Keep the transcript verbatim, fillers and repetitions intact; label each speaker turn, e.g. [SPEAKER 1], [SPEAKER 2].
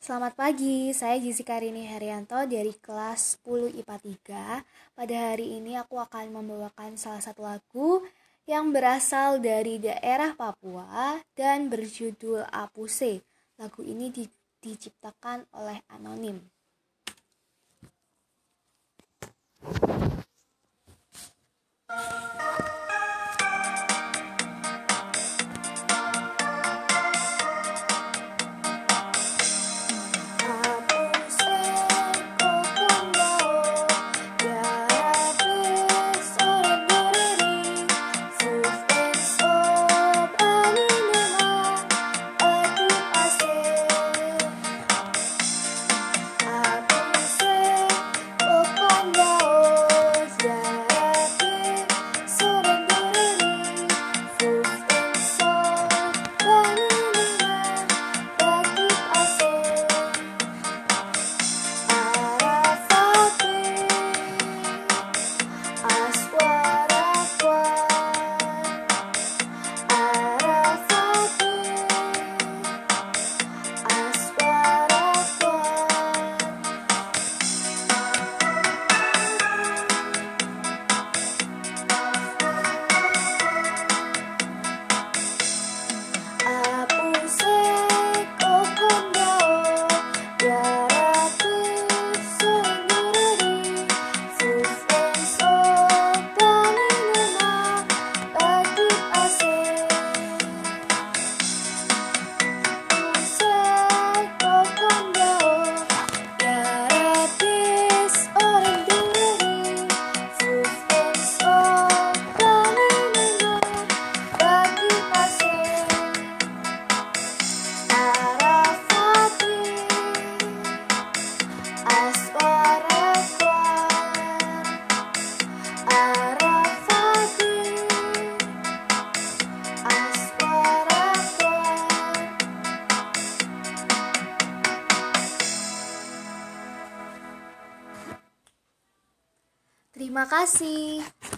[SPEAKER 1] Selamat pagi, saya Jessica Rini Herianto dari kelas sepuluh I P A tiga. Pada hari ini aku akan membawakan salah satu lagu yang berasal dari daerah Papua dan berjudul Apuse. Lagu ini di- diciptakan oleh Anonim. Terima kasih.